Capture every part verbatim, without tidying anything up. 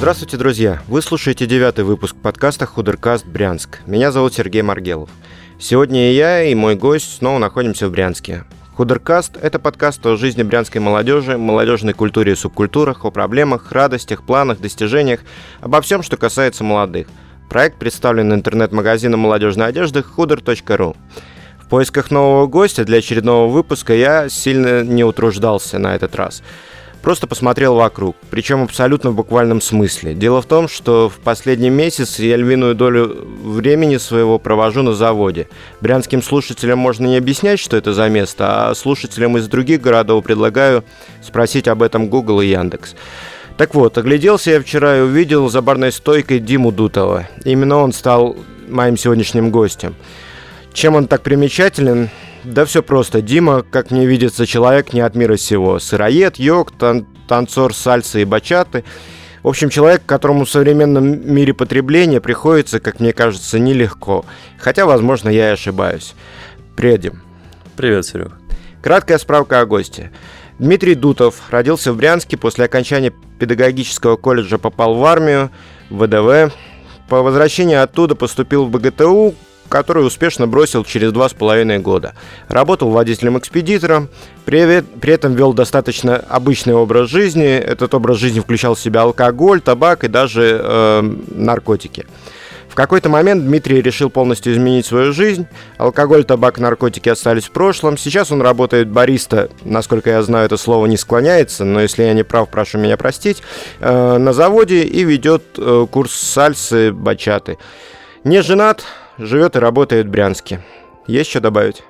Здравствуйте, друзья! Вы слушаете девятый выпуск подкаста «Худеркаст Брянск». Меня зовут Сергей Маргелов. Сегодня и я, и мой гость снова находимся в Брянске. «Худеркаст» — это подкаст о жизни брянской молодежи, молодежной культуре и субкультурах, о проблемах, радостях, планах, достижениях, обо всем, что касается молодых. Проект представлен интернет-магазином молодежной одежды хуder точка ру. В поисках нового гостя для очередного выпуска я сильно не утруждался на этот раз. Просто посмотрел вокруг, причем абсолютно в буквальном смысле. Дело в том, что в последний месяц я львиную долю времени своего провожу на заводе. Брянским слушателям можно не объяснять, что это за место, а слушателям из других городов предлагаю спросить об этом Google и Яндекс. Так вот, огляделся я вчера и увидел за барной стойкой Диму Дутова. Именно он стал моим сегодняшним гостем. Чем он так примечателен? Да все просто. Дима, как мне видится, человек не от мира сего. Сыроед, йог, тан- танцор сальсы и бачаты. В общем, человек, которому в современном мире потребления приходится, как мне кажется, нелегко. Хотя, возможно, я и ошибаюсь. Привет, Дим. Привет, Серег. Краткая справка о госте. Дмитрий Дутов родился в Брянске, после окончания педагогического колледжа попал в армию, в вэ дэ вэ. По возвращении оттуда поступил в бэ гэ тэ у, который успешно бросил через два с половиной года. Работал водителем-экспедитором, при, при этом вел достаточно обычный образ жизни. Этот образ жизни включал в себя алкоголь, табак и даже э, наркотики. В какой-то момент Дмитрий решил полностью изменить свою жизнь. Алкоголь, табак, наркотики остались в прошлом. Сейчас он работает бариста, насколько я знаю, это слово не склоняется, но если я не прав, прошу меня простить, э, на заводе и ведет э, курс сальсы, бачаты. Не женат, живет и работает в Брянске. Есть что добавить?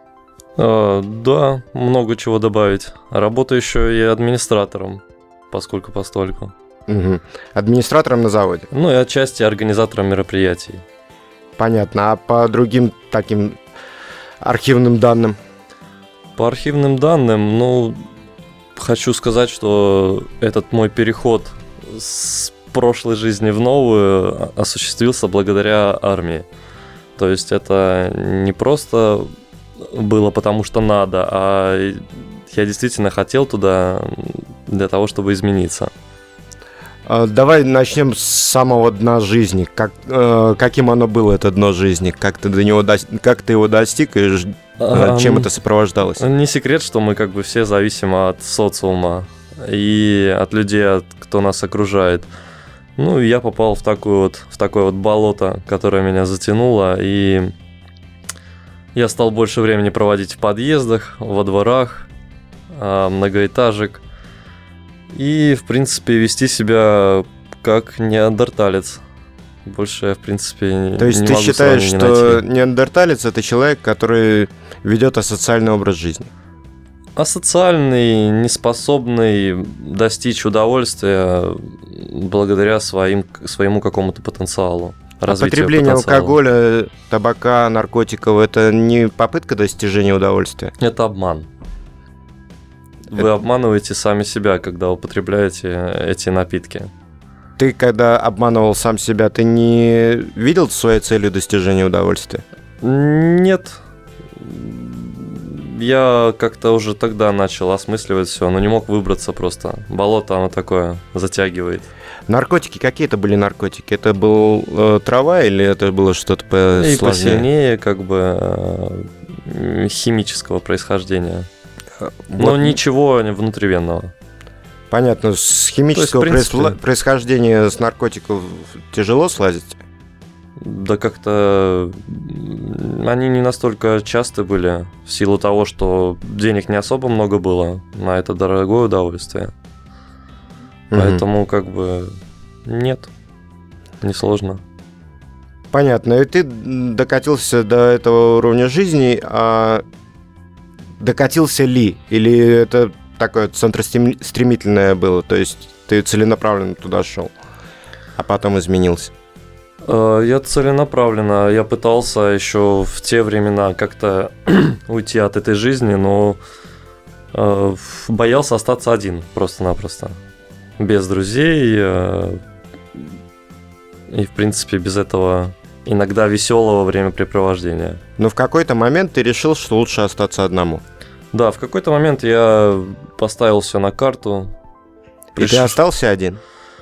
А, да, много чего добавить. Работаю еще и администратором, поскольку-постольку. Угу. Администратором на заводе? Ну и отчасти организатором мероприятий. Понятно. А по другим таким архивным данным? По архивным данным, ну, хочу сказать, что этот мой переход с прошлой жизни в новую осуществился благодаря армии. То есть это не просто было потому, что надо, а я действительно хотел туда для того, чтобы измениться. Давай начнем с самого дна жизни. Как, э, каким оно было, это дно жизни? Как ты, до него до... как ты его достиг и а, чем это сопровождалось? Не секрет, что мы как бы все зависим от социума и от людей, от, кто нас окружает. Ну, и я попал в, такую вот, в такое вот болото, которое меня затянуло, и я стал больше времени проводить в подъездах, во дворах, многоэтажек, и, в принципе, вести себя как неандерталец. Больше я, в принципе, не могу. То есть ты считаешь, что неандерталец – это человек, который ведет асоциальный образ жизни? Асоциальный, неспособный достичь удовольствия благодаря своим, своему какому-то потенциалу. А потребление потенциала. Алкоголя, табака, наркотиков – это не попытка достижения удовольствия? Это обман. Вы это... обманываете сами себя, когда употребляете эти напитки. Ты, когда обманывал сам себя, ты не видел своей целью достижения удовольствия? Нет. Я как-то уже тогда начал осмысливать все, но не мог выбраться просто. Болото, оно такое, затягивает. Наркотики, какие это были наркотики? Это был э, трава или это было что-то посложнее? И посильнее, как бы, э, химического происхождения. Вот. Но ничего внутривенного. Понятно. С химического есть, принципе... происхождения с наркотиков тяжело слазить? Да как-то они не настолько часто были, в силу того, что денег не особо много было на это дорогое удовольствие. Угу. Поэтому как бы нет, несложно. Понятно. И ты докатился до этого уровня жизни, а докатился ли? Или это такое центростремительное было? То есть ты целенаправленно туда шел, а потом изменился? Я целенаправленно, я пытался еще в те времена как-то уйти от этой жизни, но э, боялся остаться один просто-напросто. Без друзей э, и, в принципе, без этого иногда веселого времяпрепровождения. Но в какой-то момент ты решил, что лучше остаться одному. Да, в какой-то момент я поставил все на карту. И Приш... ты остался один?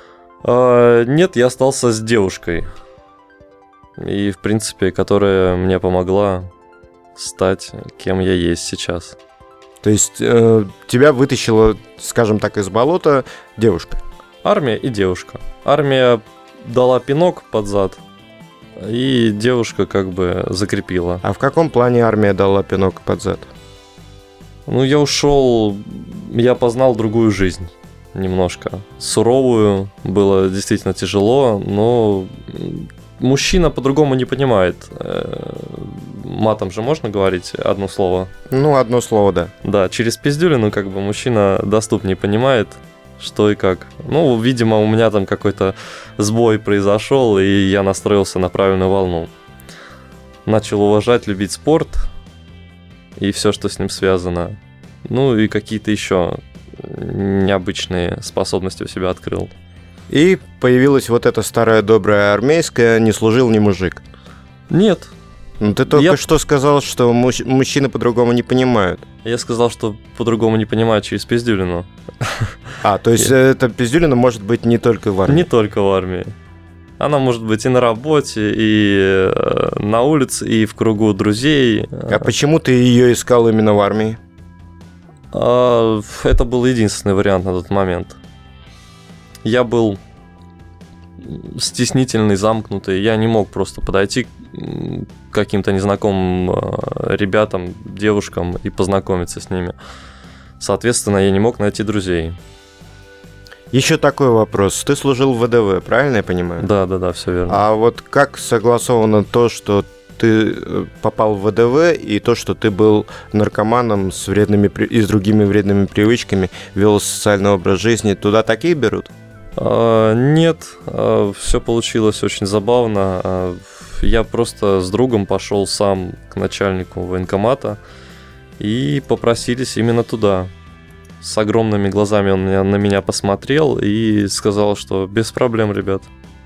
А, нет, я остался с девушкой. И, в принципе, которая мне помогла стать кем я есть сейчас. То есть э, тебя вытащила, скажем так, из болота девушка? Армия и девушка. Армия дала пинок под зад, и девушка как бы закрепила. А в каком плане армия дала пинок под зад? Ну, я ушел, я познал другую жизнь немножко. Суровую, было действительно тяжело, но мужчина по-другому не понимает. Матом же можно говорить одно слово? Ну, одно слово, да. Да, через пиздюлину как бы мужчина доступнее понимает, что и как. Ну, видимо, у меня там какой-то сбой произошел, и я настроился на правильную волну. Начал уважать, любить спорт и все, что с ним связано. Ну, и какие-то еще необычные способности у себя открыл. И появилась вот эта старая добрая армейская «не служил ни мужик». Нет. Ну, ты только я... что сказал, что муж... мужчины по-другому не понимают. Я сказал, что по-другому не понимают через пиздюлину. А, то есть я... эта пиздюлина может быть не только в армии? Не только в армии. Она может быть и на работе, и на улице, и в кругу друзей. А почему ты ее искал именно в армии? Это был единственный вариант на тот момент. Я был стеснительный, замкнутый. Я не мог просто подойти к каким-то незнакомым ребятам, девушкам и познакомиться с ними. Соответственно, я не мог найти друзей. Еще такой вопрос. Ты служил в вэ дэ вэ, правильно я понимаю? Да, да, да, все верно. А вот как согласовано то, что ты попал в вэ дэ вэ, и то, что ты был наркоманом с вредными и с другими вредными привычками, вел социальный образ жизни, туда такие берут? А, нет, а, все получилось очень забавно. А, я просто с другом пошел сам к начальнику военкомата и попросились именно туда. С огромными глазами он меня, на меня посмотрел и сказал, что без проблем, ребят.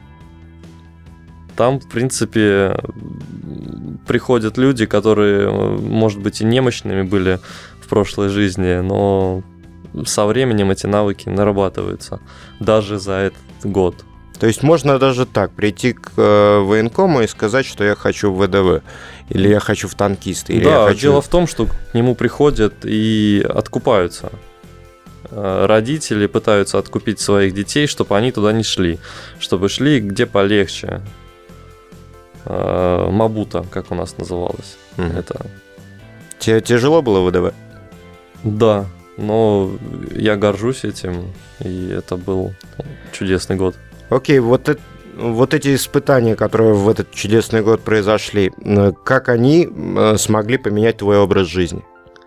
Там, в принципе, приходят люди, которые, может быть, и немощными были в прошлой жизни, но со временем эти навыки нарабатываются, даже за этот год. То есть можно даже так прийти к э, военкому и сказать, что я хочу в вэ дэ вэ, или я хочу в танкисты, или да, я хочу... дело в том, что к нему приходят и откупаются. Родители пытаются откупить своих детей, чтобы они туда не шли, чтобы шли где полегче. Мабута, как у нас называлось. Mm-hmm. Это... Тебе тяжело было в вэ дэ вэ? Да, но я горжусь этим, и это был чудесный год. Окей, вот, это, вот эти испытания, которые в этот чудесный год произошли, как они смогли поменять твой образ жизни?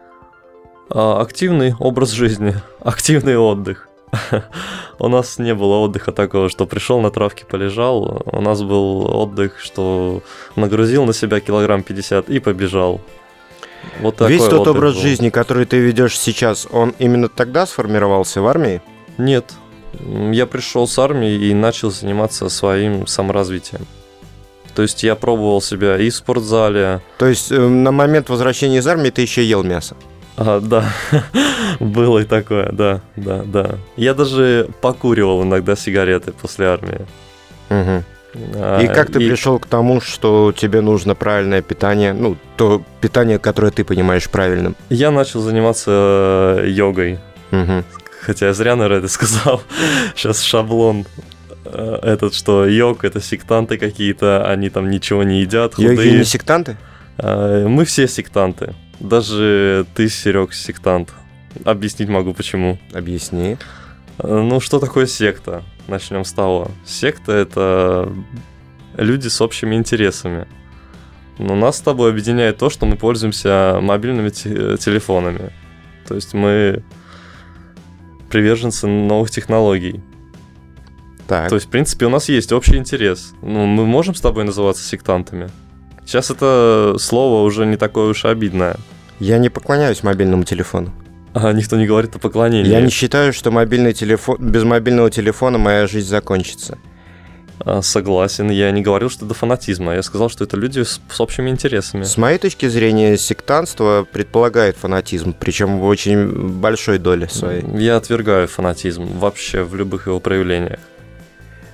Активный образ жизни, активный отдых. У нас не было отдыха такого, что пришел на травке, полежал. У нас был отдых, что нагрузил на себя килограмм пятьдесят и побежал. Вот такой Весь тот образ был. жизни, который ты ведешь сейчас, он именно тогда сформировался в армии? Нет. Я пришел с армии и начал заниматься своим саморазвитием. То есть я пробовал себя и в спортзале. То есть на момент возвращения из армии ты еще ел мясо? А, да, было и такое, да, да, да. Я даже покуривал иногда сигареты после армии. Угу. А, и как ты и... пришел к тому, что тебе нужно правильное питание, ну, то питание, которое ты понимаешь правильным? Я начал заниматься йогой. Угу. Хотя я зря, наверное, это сказал. Сейчас шаблон этот, что йог — это сектанты какие-то, они там ничего не едят, худые. Йоги не сектанты? Мы все сектанты. Даже ты, Серег, сектант. Объяснить могу, почему. Объясни. Ну, что такое секта? Начнем с того. Секта — это люди с общими интересами. Но нас с тобой объединяет то, что мы пользуемся мобильными те- телефонами. То есть мы приверженцы новых технологий. Так. То есть, в принципе, у нас есть общий интерес. Ну, мы можем с тобой называться сектантами? Сейчас это слово уже не такое уж обидное. Я не поклоняюсь мобильному телефону. А никто не говорит о поклонении. Я не считаю, что мобильный телефон, без мобильного телефона моя жизнь закончится. А, согласен. Я не говорил, что это фанатизм. Я сказал, что это люди с, с общими интересами. С моей точки зрения, сектантство предполагает фанатизм, причем в очень большой доле своей. Я отвергаю фанатизм вообще в любых его проявлениях.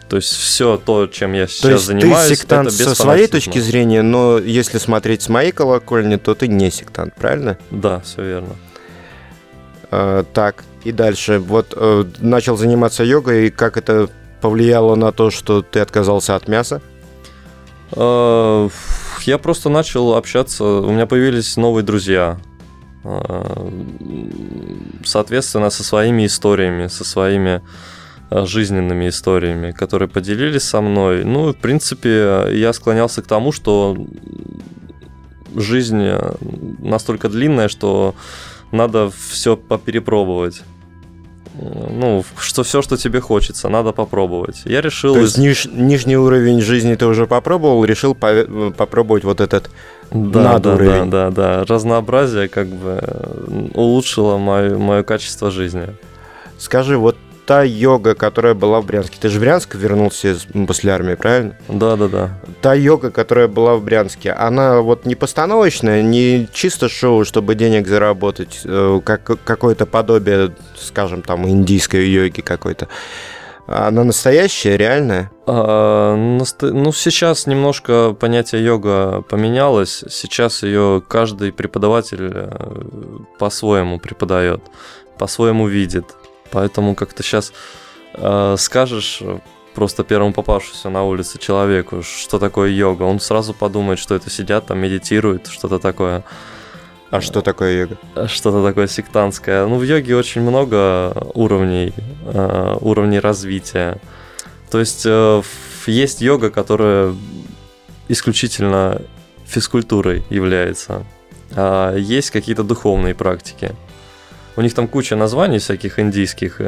То есть все то, чем я сейчас то есть занимаюсь, ты сектант это без со своей фанатизма. точки зрения, но если смотреть с моей колокольни, то ты не сектант, правильно? Да, все верно. А, так, и дальше. Вот э, начал заниматься йогой, и как это повлияло на то, что ты отказался от мяса? А, я просто начал общаться, у меня появились новые друзья. А, соответственно, со своими историями, со своими жизненными историями, которые поделились со мной. Ну, в принципе, я склонялся к тому, что жизнь настолько длинная, что надо все поперепробовать. Ну, что все, что тебе хочется, надо попробовать. Я решил... То есть ниж- нижний уровень жизни ты уже попробовал, решил по- попробовать вот этот да, надуровень. Да, да, да, да. Разнообразие как бы улучшило мое, мое качество жизни. Скажи, вот та йога, которая была в Брянске. Ты же в Брянск вернулся после армии, правильно? Да, да, да. Та йога, которая была в Брянске, она вот не постановочная, не чисто шоу, чтобы денег заработать, как какое-то подобие, скажем, там, индийской йоги какой-то. Она настоящая, реальная? А, наста... Ну, сейчас немножко понятие йога поменялось. Сейчас ее каждый преподаватель по-своему преподает, по-своему видит. Поэтому как-то сейчас э, скажешь просто первому попавшемуся на улице человеку, что такое йога, он сразу подумает, что это сидят там, медитируют, что-то такое. А что такое йога? Что-то такое сектантское. Ну, в йоге очень много уровней, э, уровней развития. То есть э, есть йога, которая исключительно физкультурой является. А есть какие-то духовные практики. У них там куча названий всяких индийских.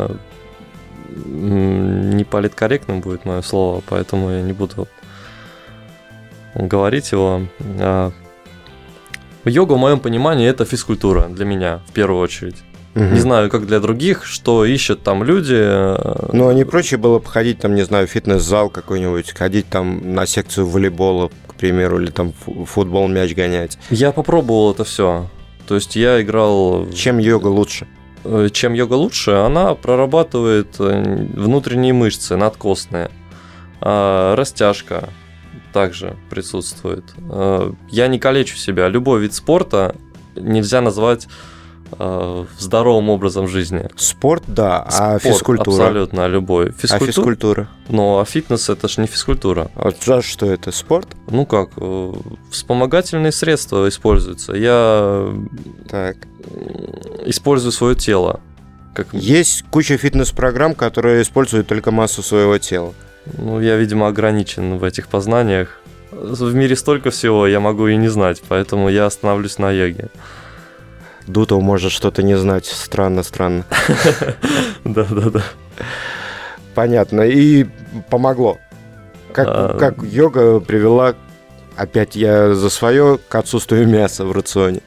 Не политкорректным будет мое слово, поэтому я не буду говорить его. Йога, в моем понимании, это физкультура для меня, в первую очередь. Угу. Не знаю, как для других, что ищут там люди. Ну, а не проще было бы ходить там, не знаю, в фитнес-зал какой-нибудь, ходить там на секцию волейбола, к примеру, или там футбол, мяч гонять? Я попробовал это все. То есть я играл... Чем йога лучше? Чем йога лучше? Она прорабатывает внутренние мышцы, надкостные. Растяжка также присутствует. Я не калечу себя. Любой вид спорта нельзя назвать здоровым образом жизни. Спорт, да, Спорт, а физкультура? Абсолютно любой. Физкультура? А физкультура? Ну, а фитнес это же не физкультура. А что это, спорт? Ну как, вспомогательные средства используются. Я так. использую свое тело. Как... Есть куча фитнес-программ, которые используют только массу своего тела. Ну, я, видимо, ограничен в этих познаниях. В мире столько всего, я могу и не знать, поэтому я остановлюсь на йоге. Дутов может что-то не знать. Странно, странно. Да-да-да. Понятно. И помогло. Как, как йога привела, опять я за свое, к отсутствию мяса в рационе?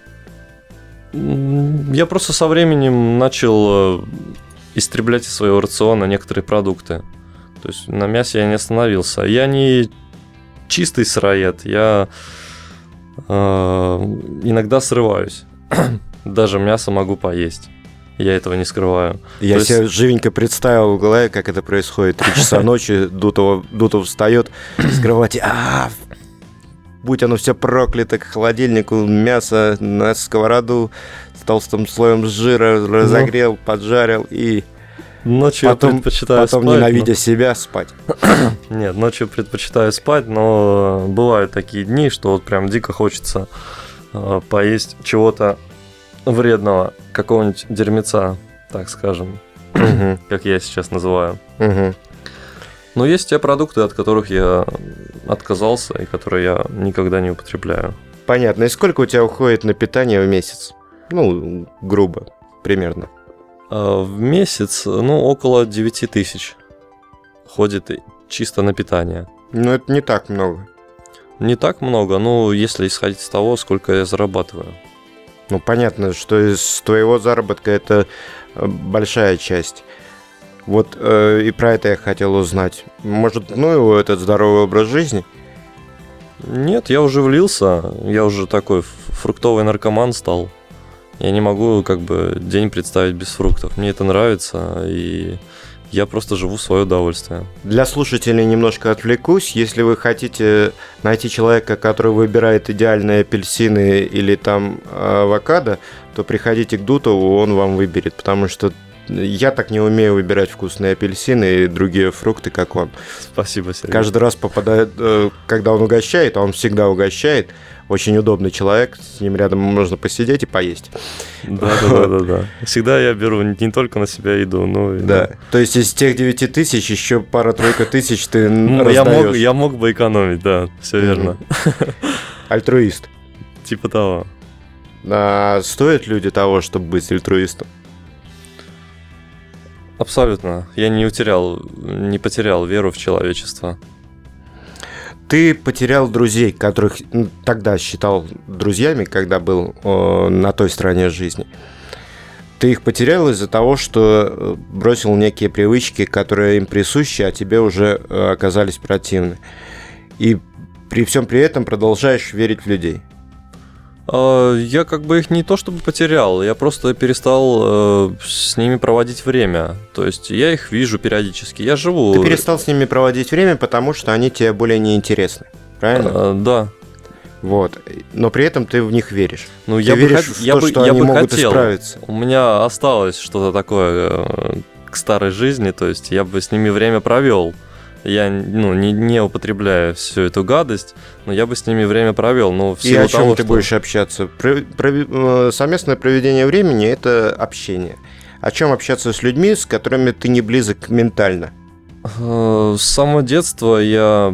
Я просто со временем начал истреблять из своего рациона некоторые продукты. То есть на мясе я не остановился. Я не чистый сыроед. Я э, иногда срываюсь. Даже мясо могу поесть. Я этого не скрываю. Я То себе есть... живенько представил в голове, как это происходит. Три часа ночи, Дутов, Дутов встает с кровати. А, будь оно все проклято, к холодильнику, мясо на сковороду с толстым слоем жира разогрел, ну, поджарил и... Ночью потом, я предпочитаю потом спать. ненавидя но... себя, спать. Нет, ночью предпочитаю спать, но бывают такие дни, что вот прям дико хочется э, поесть чего-то вредного, какого-нибудь дерьмеца, так скажем, uh-huh. как я сейчас называю. Uh-huh. Но есть те продукты, от которых я отказался и которые я никогда не употребляю. Понятно. И сколько у тебя уходит на питание в месяц? Ну, грубо, примерно. А в месяц, ну, около девять тысяч ходит чисто на питание. Ну, это не так много. Не так много, но если исходить из того, сколько я зарабатываю. Ну, понятно, что из твоего заработка это большая часть. Вот э, и про это я хотел узнать. Может, ну его этот здоровый образ жизни? Нет, я уже влился. Я уже такой фруктовый наркоман стал. Я не могу как бы день представить без фруктов. Мне это нравится, и я просто живу в свое удовольствие. Для слушателей немножко отвлекусь. Если вы хотите найти человека, который выбирает идеальные апельсины или там авокадо, то приходите к Дутову, он вам выберет, потому что я так не умею выбирать вкусные апельсины и другие фрукты, как он. Спасибо, Сергей. Каждый раз попадает, когда он угощает, а он всегда угощает. Очень удобный человек, с ним рядом можно посидеть и поесть. Да, да, да, да. Всегда я беру не только на себя еду, но и... Да. То есть из тех девяти тысяч еще пара-тройка тысяч ты ну, я мог, я мог бы экономить, да, все верно. Альтруист. Типа того. А стоят люди того, чтобы быть альтруистом? Абсолютно. Я не утерял, не потерял веру в человечество. Ты потерял друзей, которых тогда считал друзьями, когда был э, на той стороне жизни. Ты их потерял из-за того, что бросил некие привычки, которые им присущи, а тебе уже э, оказались противны. И при всем при этом продолжаешь верить в людей. Я как бы их не то чтобы потерял, я просто перестал э, с ними проводить время. То есть я их вижу периодически, я живу... Ты перестал с ними проводить время, потому что они тебе более неинтересны, правильно? А, да. Вот. Но при этом ты в них веришь. Ну, ты я веришь бы, в я то, бы, что я они бы могут хотел. исправиться. У меня осталось что-то такое э, к старой жизни, то есть я бы с ними время провел. Я ну, не, не употребляю всю эту гадость, но я бы с ними время провел. Но в И о чем того, ты что... будешь общаться? Про, про, совместное проведение времени – это общение. О чем общаться с людьми, с которыми ты не близок ментально? С самого детства я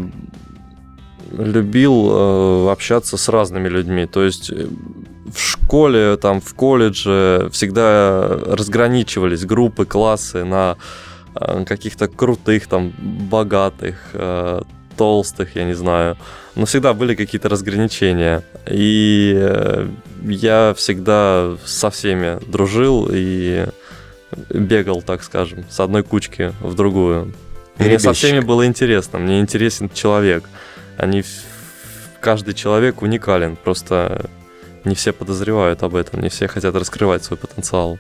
любил э, общаться с разными людьми. То есть в школе, там, в колледже всегда разграничивались группы, классы на каких-то крутых, там, богатых, э, толстых, я не знаю. Но всегда были какие-то разграничения. И э, я всегда со всеми дружил и бегал, так скажем, с одной кучки в другую. Мне со всеми было интересно. Мне интересен человек. Они, каждый человек уникален. Просто не все подозревают об этом. Не все хотят раскрывать свой потенциал.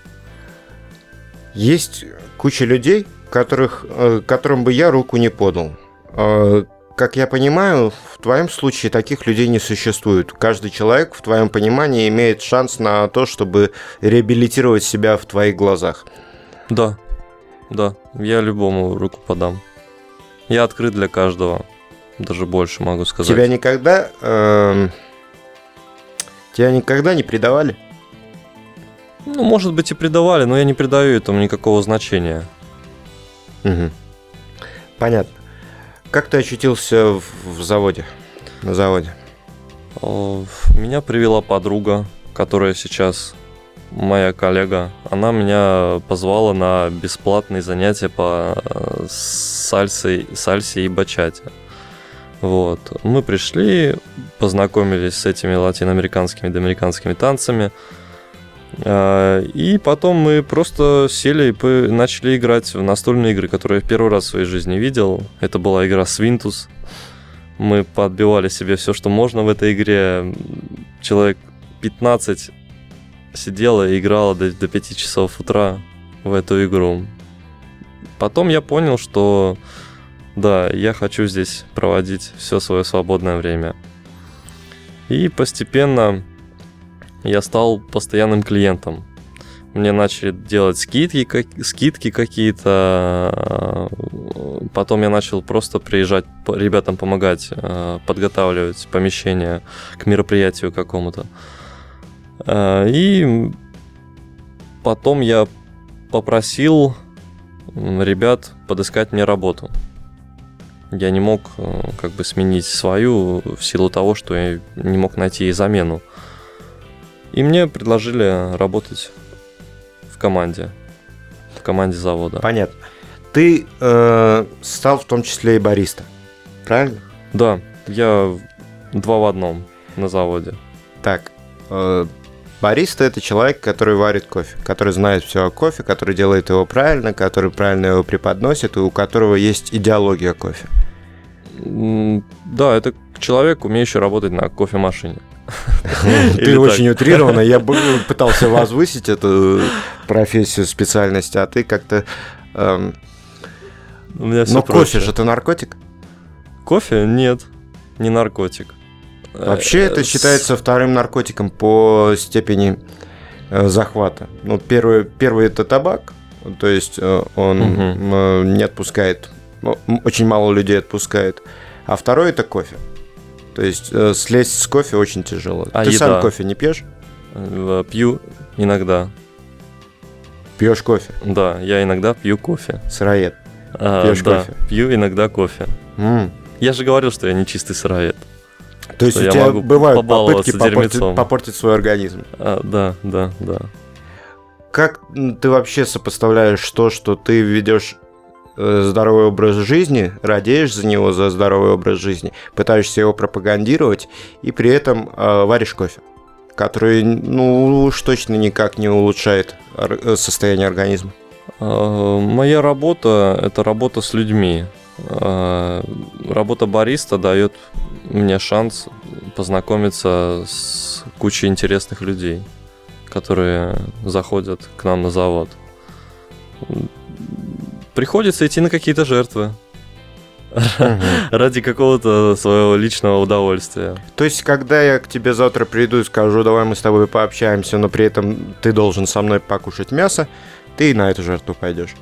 Есть куча людей, которых, которым бы я руку не подал. Как я понимаю, в твоем случае таких людей не существует. Каждый человек, в твоем понимании, имеет шанс на то, чтобы реабилитировать себя в твоих глазах. Да, да, я любому руку подам. Я открыт для каждого, даже больше могу сказать. Тебя никогда, э, тебя никогда не предавали? Ну, может быть, и предавали, но я не придаю этому никакого значения. Угу. Понятно. Как ты очутился в, в заводе, на заводе? Меня привела подруга, которая сейчас моя коллега. Она меня позвала на бесплатные занятия по сальсе, сальсе и бачате. Вот. Мы пришли, познакомились с этими латиноамериканскими и доминиканскими танцами. И потом мы просто сели и начали играть в настольные игры, которые я в первый раз в своей жизни видел. Это была игра Свинтус. Мы подбивали себе все, что можно в этой игре. Человек пятнадцать сидело и играло до, до пяти часов утра в эту игру. Потом я понял, что да, я хочу здесь проводить все свое свободное время. И постепенно я стал постоянным клиентом. Мне начали делать скидки, как, скидки какие-то. Потом я начал просто приезжать ребятам помогать, подготавливать помещение к мероприятию какому-то. И потом я попросил ребят подыскать мне работу. Я не мог как бы сменить свою в силу того, что я не мог найти ей замену. И мне предложили работать в команде, в команде завода. Понятно. Ты э, стал в том числе и бариста, правильно? Да, я два в одном на заводе. Так, э, бариста – это человек, который варит кофе, который знает все о кофе, который делает его правильно, который правильно его преподносит, и у которого есть идеология кофе. Да, это человек, умеющий работать на кофемашине. Ты очень утрированно. Я пытался возвысить эту профессию, специальность, а ты как-то У меня все Но проще. кофе же это наркотик? Кофе? Нет, не наркотик. Вообще это считается вторым наркотиком по степени э, захвата. Ну, первый, первый это табак, то есть э, он Мгм. э, не отпускает, ну, м- очень мало людей отпускает. А второй это кофе. То есть э, слезть с кофе очень тяжело. А Ты сам еда? кофе не пьешь? Э, Пью иногда. Пьешь кофе, Да, я иногда пью кофе. сыроед. А, Пьешь да, кофе? пью иногда кофе. М. Я же говорил, что я не чистый сыроед. То есть Что у я тебя могу бывают побаловаться попытки попортить, дерьмецом. попортить свой организм. А, да, да, да. Как м, ты вообще сопоставляешь то, что ты ведешь э, здоровый образ жизни, радеешь за него, за здоровый образ жизни, пытаешься его пропагандировать, и при этом э, варишь кофе, который, ну, уж точно никак не улучшает ор- э, состояние организма? А, Моя работа – это работа с людьми. А, Работа бариста дает мне шанс познакомиться с кучей интересных людей, которые заходят к нам на завод. Приходится идти на какие-то жертвы ради какого-то своего личного удовольствия. То есть, когда я к тебе завтра приду и скажу, давай мы с тобой пообщаемся, но при этом ты должен со мной покушать мясо, ты и на эту жертву пойдешь.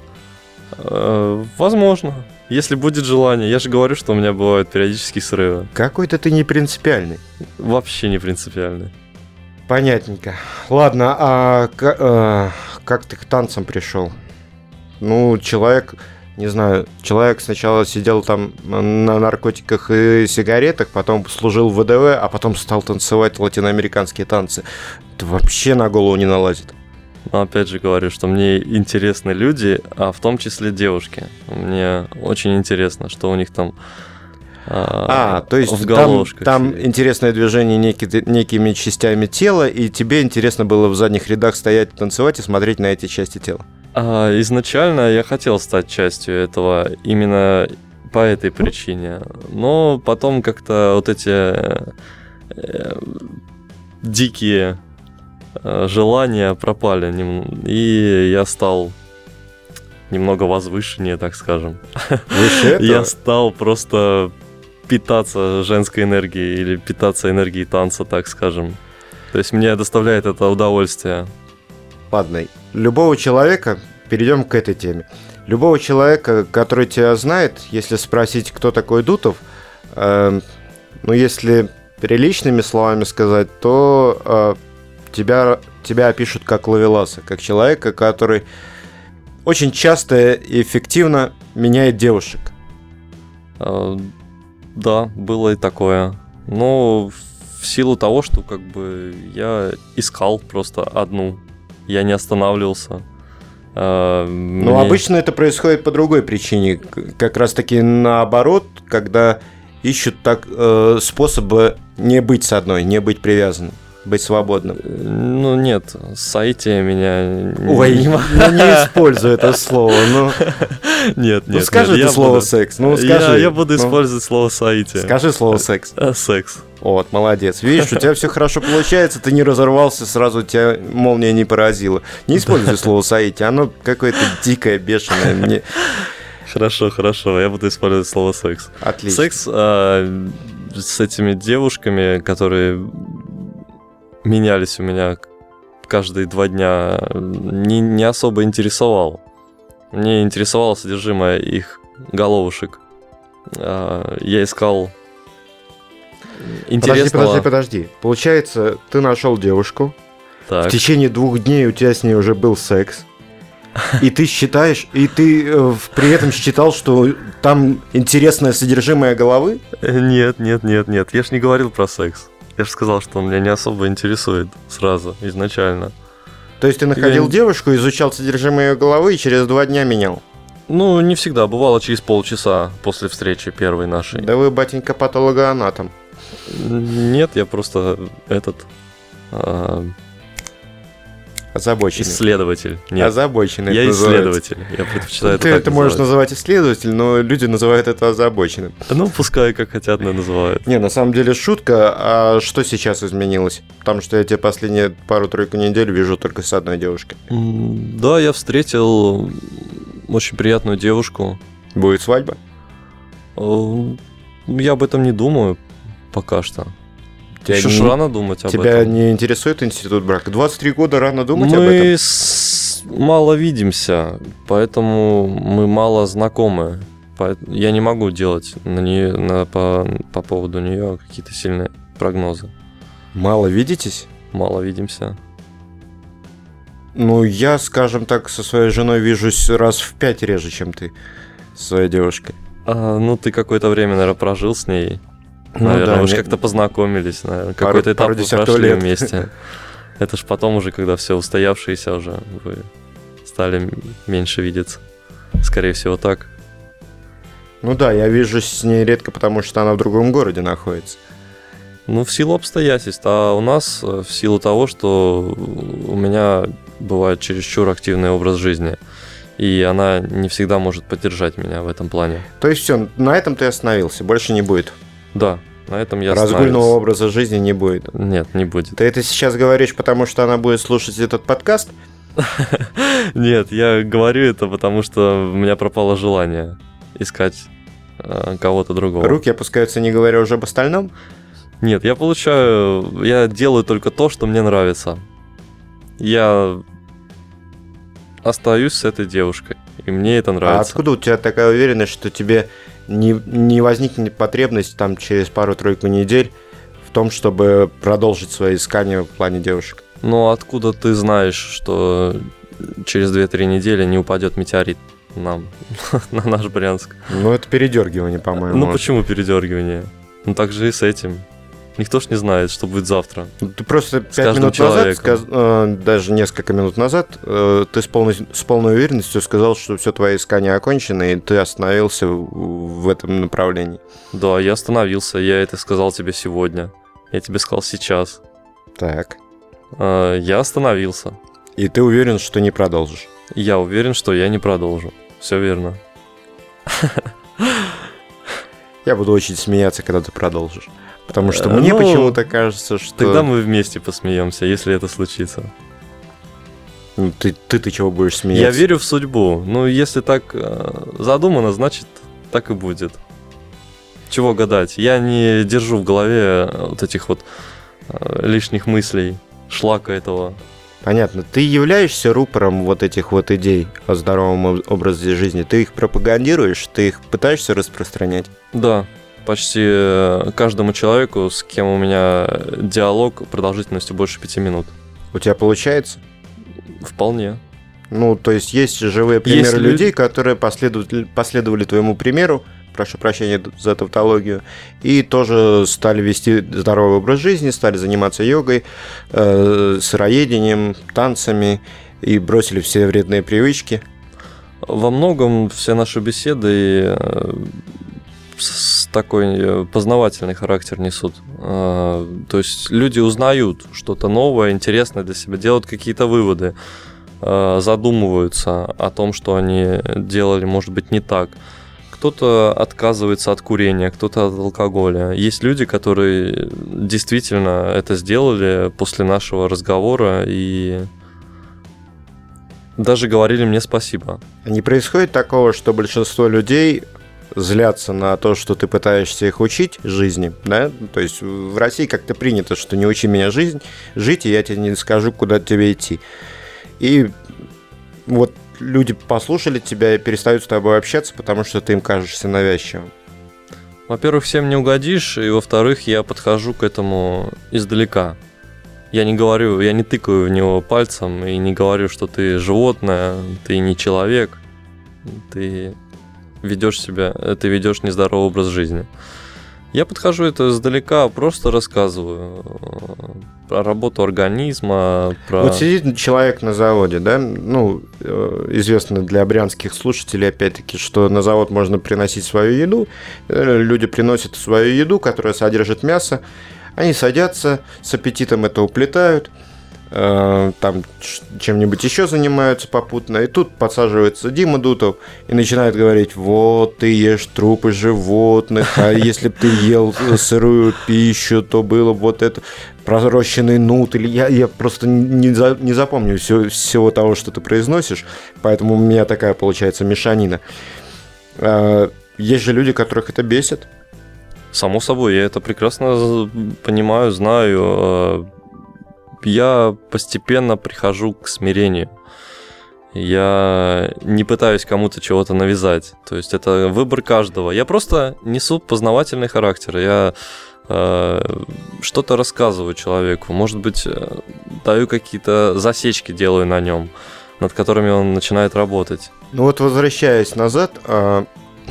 Э, Возможно, если будет желание. Я же говорю, что у меня бывают периодические срывы. Какой-то ты не принципиальный. Вообще не принципиальный. Понятненько. Ладно, а ка- э, как ты к танцам пришел? Ну, человек, не знаю, человек сначала сидел там на наркотиках и сигаретах, потом служил в ВДВ, а потом стал танцевать латиноамериканские танцы. Это вообще на голову не налазит. Но опять же говорю, что мне интересны люди, а в том числе девушки. Мне очень интересно, что у них там а, А, то есть в там, головушках. там интересное движение неки- некими частями тела, и тебе интересно было в задних рядах стоять, танцевать и смотреть на эти части тела. А, изначально я хотел стать частью этого именно по этой причине. Но потом как-то вот эти э, дикие э, желания пропали. нем- И я стал немного возвышеннее, так скажем. Выше этого? Я стал просто питаться женской энергией или питаться энергией танца, так скажем. То есть мне доставляет это удовольствие. Ладно, любого человека, перейдем к этой теме. Любого человека, который тебя знает, если спросить, кто такой Дутов, э, ну, если приличными словами сказать, то э, тебя, тебя опишут как ловеласа, как человека, который очень часто и эффективно меняет девушек. А, Да, было и такое. Но в силу того, что как бы я искал просто одну, я не останавливался. А, Но мне- обычно это происходит по другой причине. К- Как раз таки наоборот, когда ищут так э, способы не быть с одной, не быть привязанным, быть свободным. Ну нет, сайте меня... не- Ой, не- ну не используй это слово. Ну, Нет, ну нет, скажи нет, ты я слово буду- секс. Ну Я, скажи. я буду Ну, использовать слово сайте. Скажи слово секс. А, секс. Вот, молодец. Видишь, у тебя все хорошо получается, ты не разорвался, сразу тебя молния не поразила. Не используй слово саити, оно какое-то дикое, бешеное. Мне... Хорошо, хорошо, я буду использовать слово секс. Отлично. Секс а, с этими девушками, которые менялись у меня каждые два дня, не, не особо интересовал. Мне интересовало содержимое их головушек. А, я искал Подожди, интересного... подожди, подожди. Получается, ты нашел девушку, Так. в течение двух дней у тебя с ней уже был секс, и ты считаешь, и ты э, в- при этом считал, что там интересное содержимое головы? Нет, нет, нет, нет. Я ж не говорил про секс. Я же сказал, что он меня не особо интересует сразу, изначально. То есть ты находил Я- девушку, изучал содержимое ее головы и через два дня менял? Ну, не всегда. Бывало через полчаса после встречи первой нашей. Да вы, батенька, патологоанатом. Нет, я просто этот а, Озабоченный. исследователь. Нет, Озабоченный. я это называется. исследователь. Я предпочитаю Ты это это так можешь называть. называть исследователь, но люди называют это озабоченным. Ну, пускай как хотят, но называют. Не, на самом деле шутка. А что сейчас изменилось? Потому что я тебя последние пару-тройку недель вижу только с одной девушкой. М, Да, я встретил очень приятную девушку. Будет свадьба? Я об этом не думаю пока что. Тебя Еще не, ж рано думать об тебя этом. Тебя не интересует институт брака? двадцать три года рано думать мы об этом? Мы с... мало видимся, поэтому мы мало знакомы. Я не могу делать на нее, на, по, по поводу нее какие-то сильные прогнозы. Мало видитесь? Мало видимся. Ну, я, скажем так, со своей женой вижусь раз в пять реже, чем ты со своей девушкой. А, ну, ты какое-то время, наверное, прожил с ней. Ну, наверное, да, вы же мне... как-то познакомились, наверное. Пару, Какой-то этап вы прошли лет. вместе. Это ж потом уже, когда все устоявшиеся уже, вы стали меньше видеться. Скорее всего, так. Ну да, я вижусь с ней редко, потому что она в другом городе находится. Ну, в силу обстоятельств. А у нас в силу того, что у меня бывает чересчур активный образ жизни. И она не всегда может поддержать меня в этом плане. То есть все, на этом ты остановился, больше не будет? Да, на этом я Разгульного образа жизни не будет? Нет, не будет. Ты это сейчас говоришь, потому что она будет слушать этот подкаст? Нет, я говорю это, потому что у меня пропало желание искать э, кого-то другого. Руки опускаются, не говоря уже об остальном? Нет, я получаю... Я делаю только то, что мне нравится. Я остаюсь с этой девушкой, и мне это нравится. А откуда у тебя такая уверенность, что тебе не, не возникнет потребность там через пару-тройку недель в том, чтобы продолжить свои искания в плане девушек? Ну, откуда ты знаешь, что через две-три недели не упадет метеорит нам, на наш Брянск? Ну, это передергивание, по-моему. Ну, почему передергивание? Ну, так же и с этим. Никто ж не знает, что будет завтра. Ты просто пять минут назад, сказ... э, даже несколько минут назад, э, ты с полной, с полной уверенностью сказал, что все твои искания окончены, и ты остановился в, в этом направлении. Да, я остановился, я это сказал тебе сегодня. Я тебе сказал сейчас. Так. Э, я остановился. И ты уверен, что не продолжишь? Я уверен, что я не продолжу. Все верно. Я буду очень смеяться, когда ты продолжишь. Потому что мне ну, почему-то кажется, что... Тогда мы вместе посмеемся, если это случится. Ну, ты, ты, ты чего будешь смеяться? Я верю в судьбу. Ну, если так э, задумано, значит, так и будет. Чего гадать? Я не держу в голове вот этих вот э, лишних мыслей, шлака этого. Понятно. Ты являешься рупором вот этих вот идей о здоровом образе жизни? Ты их пропагандируешь? Ты их пытаешься распространять? Да. Почти каждому человеку, с кем у меня диалог продолжительностью больше пяти минут. У тебя получается? Вполне. Ну, то есть есть живые примеры есть людей, люди... которые последовали, последовали твоему примеру, прошу прощения за тавтологию, и тоже стали вести здоровый образ жизни, стали заниматься йогой, э, сыроедением, танцами и бросили все вредные привычки. Во многом все наши беседы с такой познавательный характер несут. То есть люди узнают что-то новое, интересное для себя, делают какие-то выводы, задумываются о том, что они делали, может быть, не так. Кто-то отказывается от курения, кто-то от алкоголя. Есть люди, которые действительно это сделали после нашего разговора и даже говорили мне спасибо. Не происходит такого, что большинство людей злятся на то, что ты пытаешься их учить жизни, да? То есть в России как-то принято, что не учи меня жизнь, жить, и я тебе не скажу, куда тебе идти. И вот люди послушали тебя и перестают с тобой общаться, потому что ты им кажешься навязчивым. Во-первых, всем не угодишь, и во-вторых, я подхожу к этому издалека. Я не говорю, я не тыкаю в него пальцем и не говорю, что ты животное, ты не человек, ты ведешь себя, ты ведешь нездоровый образ жизни. Я подхожу это издалека, просто рассказываю про работу организма, про... Вот сидит человек на заводе, да, ну, известно для брянских слушателей, опять-таки, что на завод можно приносить свою еду, люди приносят свою еду, которая содержит мясо, они садятся, с аппетитом это уплетают, там чем-нибудь еще занимаются попутно, и тут подсаживается Дима Дутов и начинает говорить: вот ты ешь трупы животных, а если бы ты ел сырую пищу, то было вот это пророщенный нут, или я, я просто не, за, не запомню все, всего того, что ты произносишь, поэтому у меня такая получается мешанина. А, есть же люди, которых это бесит. Само собой, я это прекрасно понимаю, знаю. Я постепенно прихожу к смирению. Я не пытаюсь кому-то чего-то навязать. То есть это выбор каждого. Я просто несу познавательный характер. Я э, что-то рассказываю человеку. Может быть, даю какие-то засечки, делаю на нем, над которыми он начинает работать. Ну вот, возвращаясь назад э,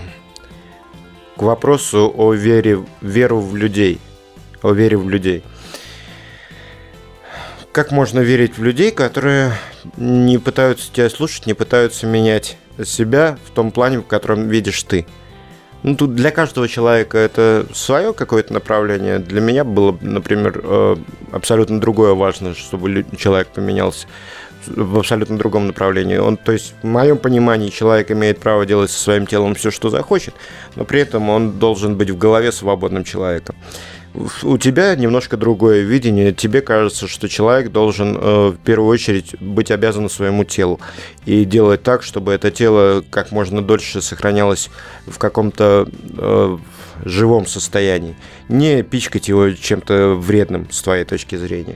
к вопросу о вере, веру в людей. О вере в людей. Как можно верить в людей, которые не пытаются тебя слушать, не пытаются менять себя в том плане, в котором видишь ты? Ну, тут для каждого человека это свое какое-то направление. Для меня было, например, абсолютно другое важно, чтобы человек поменялся в абсолютно другом направлении. Он, то есть, в моем понимании, человек имеет право делать со своим телом все, что захочет, но при этом он должен быть в голове свободным человеком. У тебя немножко другое видение. Тебе кажется, что человек должен э, в первую очередь быть обязан своему телу и делать так, чтобы это тело как можно дольше сохранялось в каком-то э, живом состоянии. Не пичкать его чем-то вредным с твоей точки зрения.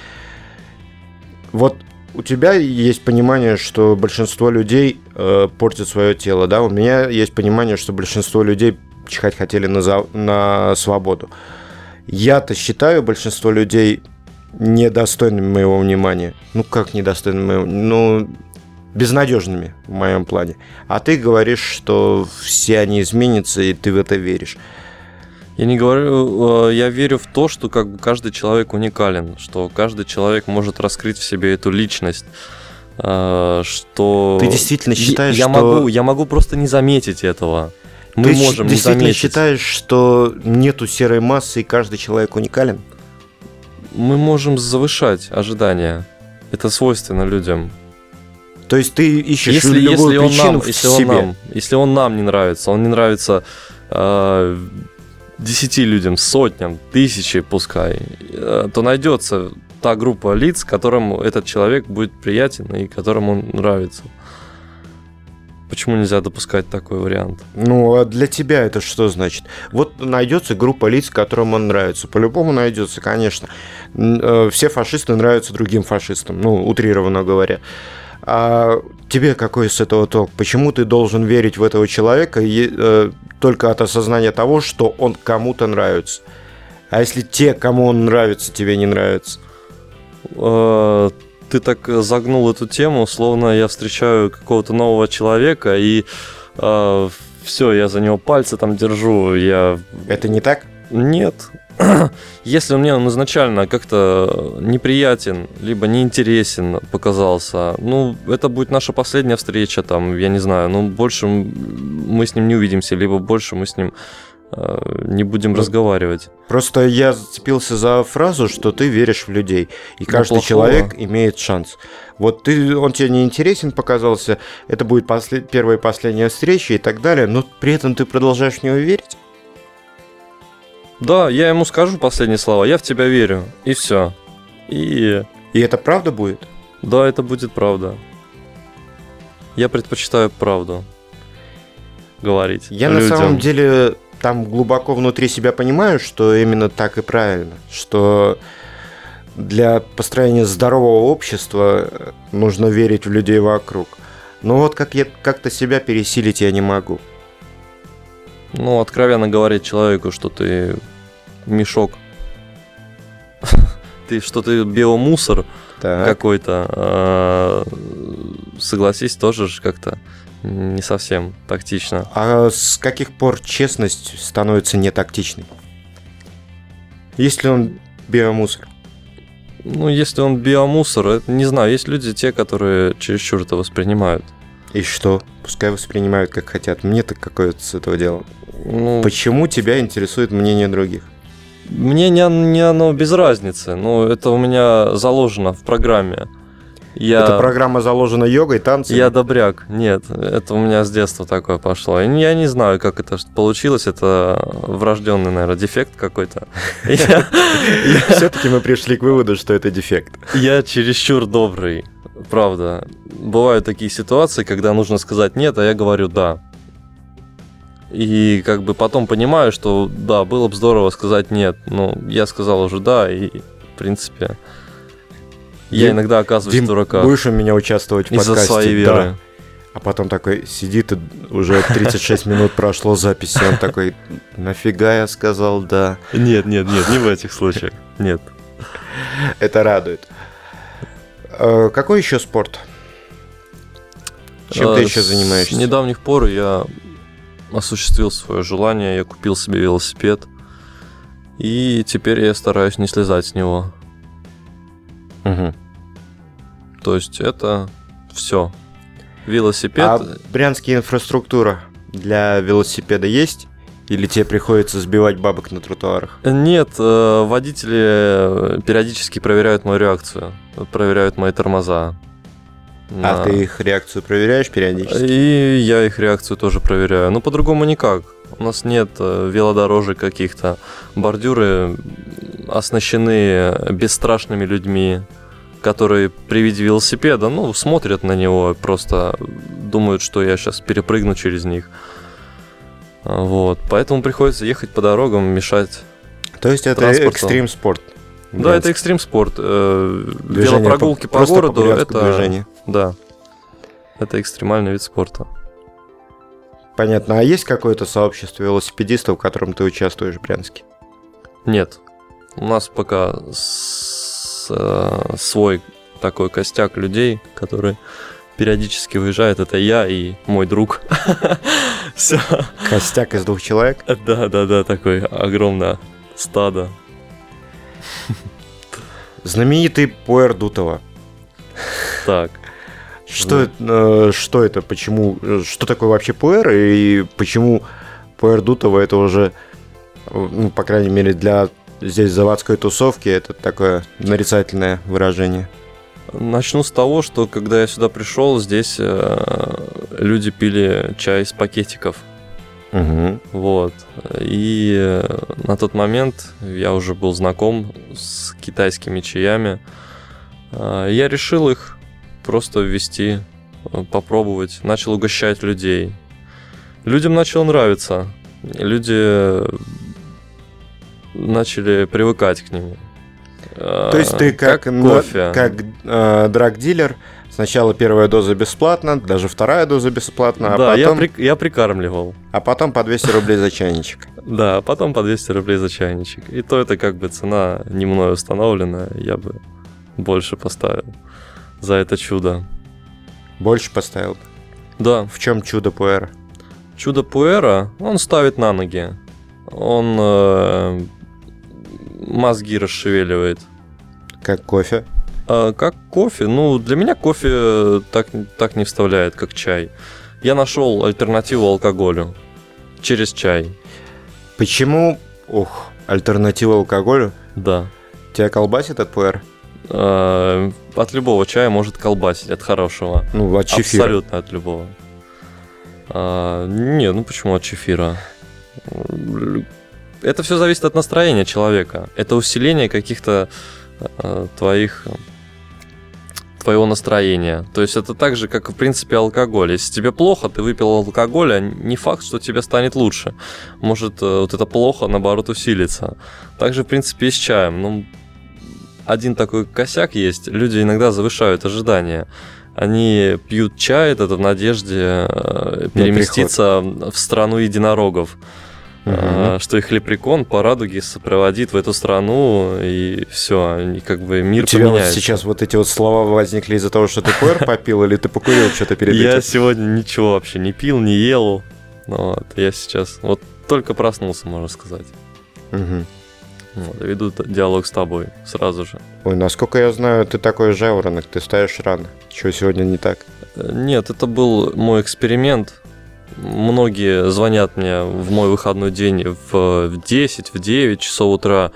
Вот у тебя есть понимание, что большинство людей э, портят свое тело, да? У меня есть понимание, что большинство людей чихать хотели на, за... на свободу. Я-то считаю большинство людей недостойными моего внимания. Ну, как недостойными моего? Ну, безнадежными в моем плане. А ты говоришь, что все они изменятся, и ты в это веришь. Я не говорю, я верю в то, что как бы каждый человек уникален, что каждый человек может раскрыть в себе эту личность, что... Ты действительно считаешь, я, что... Могу, я могу просто не заметить этого. Мы Ты можем не действительно заметить. считаешь, что нету серой массы и каждый человек уникален? Мы можем завышать ожидания. Это свойственно людям. То есть ты ищешь если, любую если причину он нам, в если себе? Он нам, если он нам не нравится, он не нравится э, десяти людям, сотням, тысяче пускай, э, то найдется та группа лиц, которым этот человек будет приятен и которым он нравится. Почему нельзя допускать такой вариант? Ну, а для тебя это что значит? Вот найдется группа лиц, которым он нравится. По-любому найдется, конечно. Все фашисты нравятся другим фашистам, ну, утрированно говоря. А тебе какой с этого толк? Почему ты должен верить в этого человека э, только от осознания того, что он кому-то нравится? А если те, кому он нравится, тебе не нравятся? Ты так загнул эту тему, словно я встречаю какого-то нового человека, и э, все, я за него пальцы там держу. Я... Это не так? Нет. Если мне он изначально как-то неприятен, либо неинтересен показался, ну, это будет наша последняя встреча, там, я не знаю, ну, больше мы с ним не увидимся, либо больше мы с ним э, не будем ну, разговаривать. Просто я зацепился за фразу, что ты веришь в людей, и каждый ну, человек имеет шанс. Вот ты, он тебе не интересен показался, это будет послед... первая и последняя встреча и так далее, но при этом ты продолжаешь в него верить? Да, я ему скажу последние слова, я в тебя верю, и все. И... И это правда будет? Да, это будет правда. Я предпочитаю правду говорить Я людям. На самом деле там глубоко внутри себя понимаю, что именно так и правильно, что для построения здорового общества нужно верить в людей вокруг. Но вот как я, как-то себя пересилить я не могу. Ну, откровенно говорить человеку, что ты мешок, ты что ты биомусор какой-то, согласись, тоже же как-то не совсем тактично. А с каких пор честность становится не тактичной? Если он биомусор? Ну, если он биомусор, это, не знаю, есть люди, те, которые чересчур это воспринимают. И что? Пускай воспринимают как хотят. Мне-то какое-то с этого дела. Ну, почему тебя интересует мнение других? Мне не, не оно без разницы. Но это у меня заложено в программе. Я... Эта программа заложена йогой, танцами? Я добряк. Нет, это у меня с детства такое пошло. Я не знаю, как это получилось. Это врожденный, наверное, дефект какой-то. Все-таки мы пришли к выводу, что это дефект. Я чересчур добрый. Правда. Бывают такие ситуации, когда нужно сказать нет, а я говорю да. И как бы потом понимаю, что да, было бы здорово сказать нет. Но я сказал уже да, и в принципе я Дим, иногда оказываюсь Дим, в дураках. Будешь у меня участвовать в из-за подкасте? своей веры. Да. А потом такой сидит, и уже тридцать шесть минут прошло записи, он такой, нафига я сказал да? Нет, нет, нет, не в этих случаях, нет. Это радует. Какой еще спорт? Чем а, ты еще занимаешься? С недавних пор я осуществил свое желание, я купил себе велосипед, и теперь я стараюсь не слезать с него. Угу. То есть это все. Велосипед. А в Брянске инфраструктура для велосипеда есть? Или тебе приходится сбивать бабок на тротуарах? Нет, водители периодически проверяют мою реакцию, проверяют мои тормоза. А на... ты их реакцию проверяешь периодически? И я их реакцию тоже проверяю. Ну, по-другому никак. У нас нет велодорожек каких-то. Бордюры оснащены бесстрашными людьми, которые при виде велосипеда, ну, смотрят на него, просто думают, что я сейчас перепрыгну через них. Вот. Поэтому приходится ехать по дорогам, мешать. То есть это экстрим-спорт? Да, это экстрим-спорт. Велопрогулки по, по городу, по это... движение. Да. Это экстремальный вид спорта. Понятно. А есть какое-то сообщество велосипедистов, в котором ты участвуешь в Брянске? Нет. У нас пока с, э, свой такой костяк людей, которые периодически выезжают. Это я и мой друг. Все. Костяк из двух человек? Да, да, да, такое огромное стадо. Знаменитый Пуэр Дутова. Так. Что, ну. это, что это, почему, что такое вообще пуэр, и почему Пуэр Дутова это уже, ну, по крайней мере, для здесь заводской тусовки, это такое нарицательное выражение? Начну с того, что когда я сюда пришел, здесь э, люди пили чай из пакетиков. Угу. Вот. И э, на тот момент я уже был знаком с китайскими чаями. Э, я решил их просто ввести, попробовать. Начал угощать людей. Людям начало нравиться. Люди начали привыкать к нему. То есть ты как, как кофе. как э, драг-дилер, сначала первая доза бесплатно, даже вторая доза бесплатно, а да, потом... я, при, я прикармливал. А потом по двести рублей за чайничек. Да, а потом по двести рублей за чайничек. И то это как бы цена не мной установленная, я бы больше поставил за это чудо. Больше поставил? Да. В чем чудо пуэра? Чудо пуэра, он ставит на ноги. Он э, мозги расшевеливает. Как кофе? А, как кофе? Ну, для меня кофе так, так не вставляет, как чай. Я нашел альтернативу алкоголю через чай. Почему? Ух, альтернатива алкоголю? Да. Тебя колбасит от пуэр? А, от любого чая может колбасить, от хорошего. Ну, от чефира. Абсолютно от любого. А, не, ну почему от чефира? Это все зависит от настроения человека. Это усиление каких-то а, твоих... твоего настроения. То есть это так же, как в принципе алкоголь. Если тебе плохо, ты выпил алкоголь, а не факт, что тебе станет лучше. Может, вот это плохо, наоборот, усилится. Также, в принципе, и с чаем. Ну, один такой косяк есть. Люди иногда завышают ожидания. Они пьют чай это в надежде переместиться в страну единорогов. Uh-huh. Что их лепрекон по радуге сопроводит в эту страну, и все, и как бы мир У тебя поменяется. Вот сейчас вот эти вот слова возникли из-за того, что ты пуэр попил, или ты покурил что-то перед этим? Я сегодня ничего вообще не пил, не ел. Вот, я сейчас вот только проснулся, можно сказать. Угу. Вот, веду диалог с тобой сразу же. Ой, насколько я знаю, ты такой жаворонок, ты встаешь рано. Чего сегодня не так? Нет, это был мой эксперимент. Многие звонят мне в мой выходной день в десять, в девять часов утра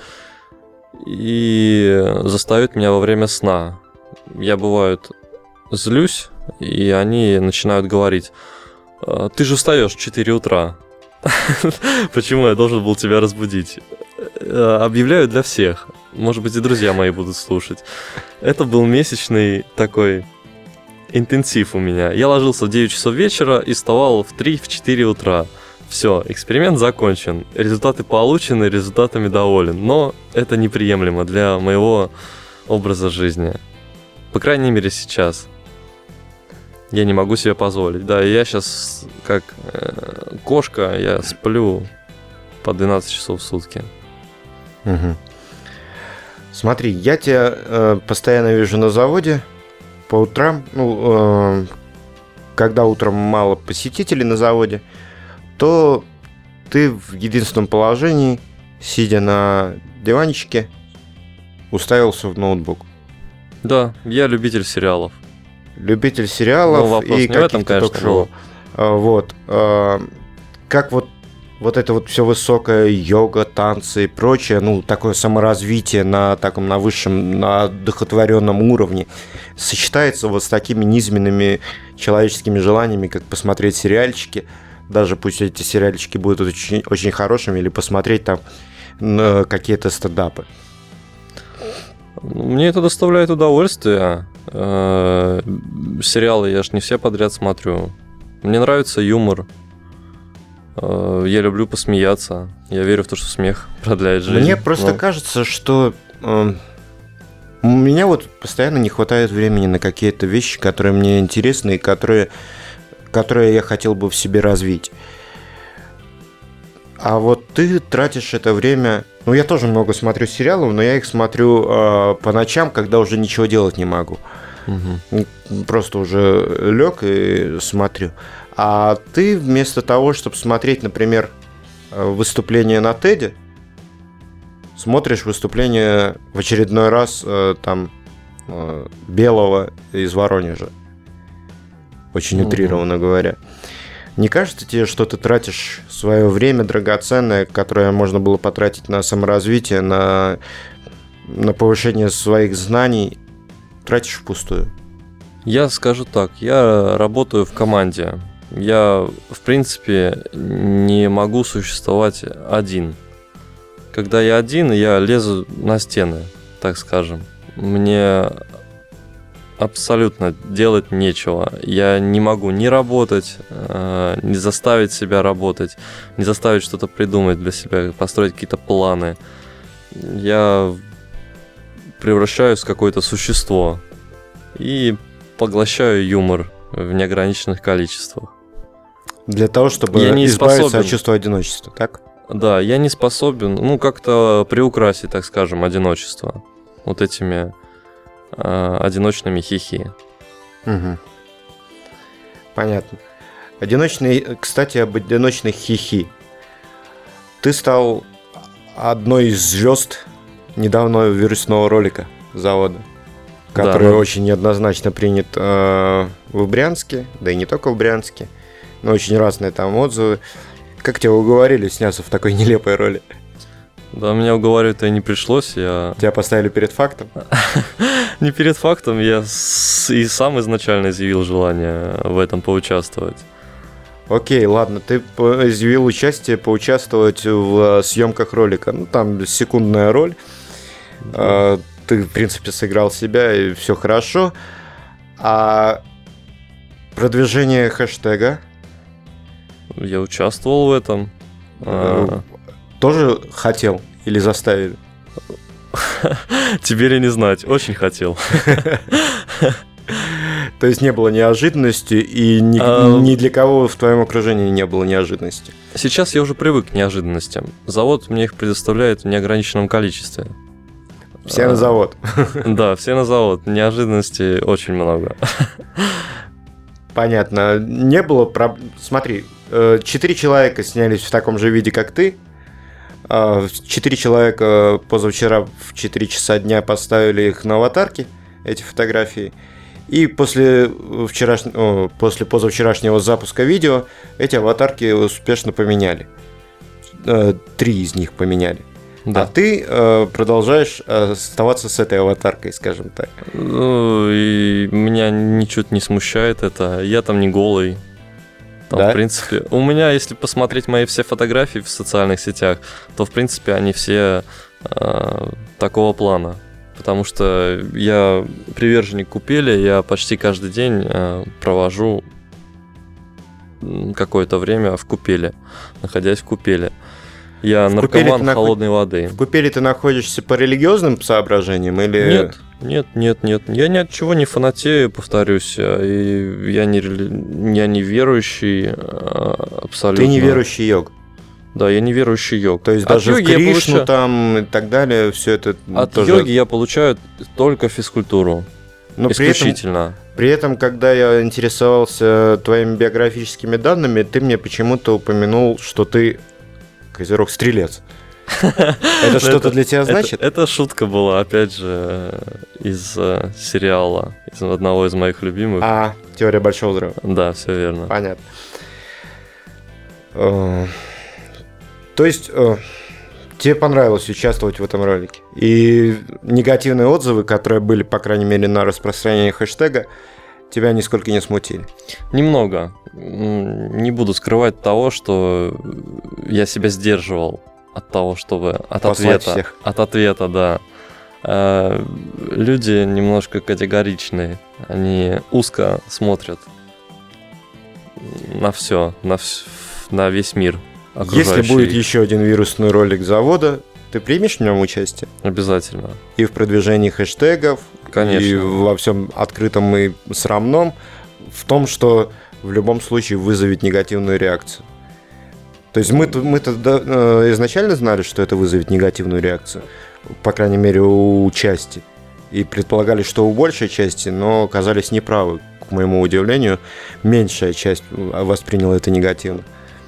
и застают меня во время сна. Я, бывает, злюсь, и они начинают говорить: ты же встаешь в четыре утра. Почему я должен был тебя разбудить? Объявляю для всех. Может быть, и друзья мои будут слушать. Это был месячный такой интенсив у меня. Я ложился в девять часов вечера и вставал в три-четыре утра. Все, эксперимент закончен, результаты получены, результатами доволен, но это неприемлемо для моего образа жизни. По крайней мере, сейчас. Я не могу себе позволить. Да, я сейчас как э, кошка, я сплю по двенадцать часов в сутки. Угу. Смотри, я тебя э, постоянно вижу на заводе по утрам. Ну, э, когда утром мало посетителей на заводе, то ты в единственном положении, сидя на диванчике, уставился в ноутбук. Да, я любитель сериалов. Любитель сериалов ну, и каких-то ток-шоу. Был. Вот. Как вот, вот это вот все высокое, йога, танцы и прочее, ну, такое саморазвитие на таком, на высшем, на одухотворенном уровне сочетается вот с такими низменными человеческими желаниями, как посмотреть сериальчики, даже пусть эти сериальчики будут очень, очень хорошими, или посмотреть там какие-то стендапы. Мне это доставляет удовольствие. Сериалы я ж не все подряд смотрю. Мне нравится юмор. Я люблю посмеяться. Я верю в то, что смех продляет жизнь. Мне просто но... кажется, что э, у меня вот постоянно не хватает времени на какие-то вещи, которые мне интересны и которые, которые я хотел бы в себе развить. А вот ты тратишь это время... Ну, я тоже много смотрю сериалов, но я их смотрю э, по ночам, когда уже ничего делать не могу. Угу. Просто уже лег и смотрю. А ты вместо того, чтобы смотреть, например, выступление на Теде, смотришь выступление в очередной раз э, там э, Белого из Воронежа. Очень угу. утрированно говоря. Не кажется тебе, что ты тратишь свое время драгоценное, которое можно было потратить на саморазвитие, на, на повышение своих знаний, тратишь впустую? Я скажу так, я работаю в команде. Я, в принципе, не могу существовать один. Когда я один, я лезу на стены, так скажем. Мне абсолютно делать нечего. Я не могу ни работать, не заставить себя работать, не заставить что-то придумать для себя, построить какие-то планы. Я превращаюсь в какое-то существо и поглощаю юмор в неограниченных количествах. Для того, чтобы я не избавиться способен... от чувства одиночества, так? Да, я не способен, ну, как-то приукрасить, так скажем, одиночество вот этими э, одиночными хихи. Угу. Понятно. Одиночный, кстати, об одиночных хихи. Ты стал одной из звезд недавнего вирусного ролика завода, который да, но... очень неоднозначно принят э, в Брянске, да и не только в Брянске, но очень разные там отзывы. Как тебя уговорили сняться в такой нелепой роли? Да, меня уговаривать-то и не пришлось. Я... Тебя поставили перед фактом? Не перед фактом, я и сам изначально изъявил желание в этом поучаствовать. Окей, ладно, ты изъявил участие поучаствовать в съемках ролика. Ну, там секундная роль. Да. Ты, в принципе, сыграл себя, и все хорошо. А продвижение хэштега? Я участвовал в этом. Тоже хотел или заставили? Теперь и не знать. Очень хотел. То есть не было неожиданности, и ни, а... ни для кого в твоем окружении не было неожиданности? Сейчас я уже привык к неожиданностям. Завод мне их предоставляет в неограниченном количестве. Все а... на завод. Да, все на завод. Неожиданностей очень много. Понятно. Не было проблем. Смотри, четыре человека снялись в таком же виде, как ты. Четыре человека позавчера в четыре часа дня поставили их на аватарки, эти фотографии. И после, вчерашнего, после позавчерашнего запуска видео эти аватарки успешно поменяли. Три из них поменяли. Да. А ты э, продолжаешь оставаться с этой аватаркой, скажем так. Ну, и меня ничуть не смущает это. Я там не голый. Там, да? В принципе, у меня, если посмотреть мои все фотографии в социальных сетях, то, в принципе, они все э, такого плана. Потому что я приверженник купели, я почти каждый день э, провожу какое-то время в Купеле, находясь в Купеле. Я В наркоман Купеле холодной воды. В Купеле ты находишься по религиозным соображениям или... Нет, нет, нет, нет. Я ни от чего не фанатею, повторюсь. И я не, рели- я не верующий абсолютно. Ты не верующий йог. Да, я не верующий йог. То есть от даже в йоги я Кришну получаю... там и так далее, все это От тоже... йоги я получаю только физкультуру. Но при этом, исключительно. при этом, когда я интересовался твоими биографическими данными, ты мне почему-то упомянул, что ты козерог-стрелец. Это что-то для тебя значит? Это шутка была, опять же, из сериала, из одного из моих любимых. А, «Теория большого взрыва». Да, все верно. Понятно. То есть тебе понравилось участвовать в этом ролике? И негативные отзывы, которые были, по крайней мере, на распространение хэштега, тебя нисколько не смутили? Немного. Не буду скрывать того, что я себя сдерживал от того, чтобы... От Послать ответа. всех. От ответа, да. Люди немножко категоричные. Они узко смотрят на все, на, вс- на весь мир. Если будет еще один вирусный ролик завода, ты примешь в нем участие? Обязательно. И в продвижении хэштегов, Конечно. и во всем открытом и срамном, в том, что в любом случае вызовет негативную реакцию. То есть мы-то, мы-то да, э, изначально знали, что это вызовет негативную реакцию, по крайней мере, у части. И предполагали, что у большей части, но оказались неправы. К моему удивлению, меньшая часть восприняла это негативно.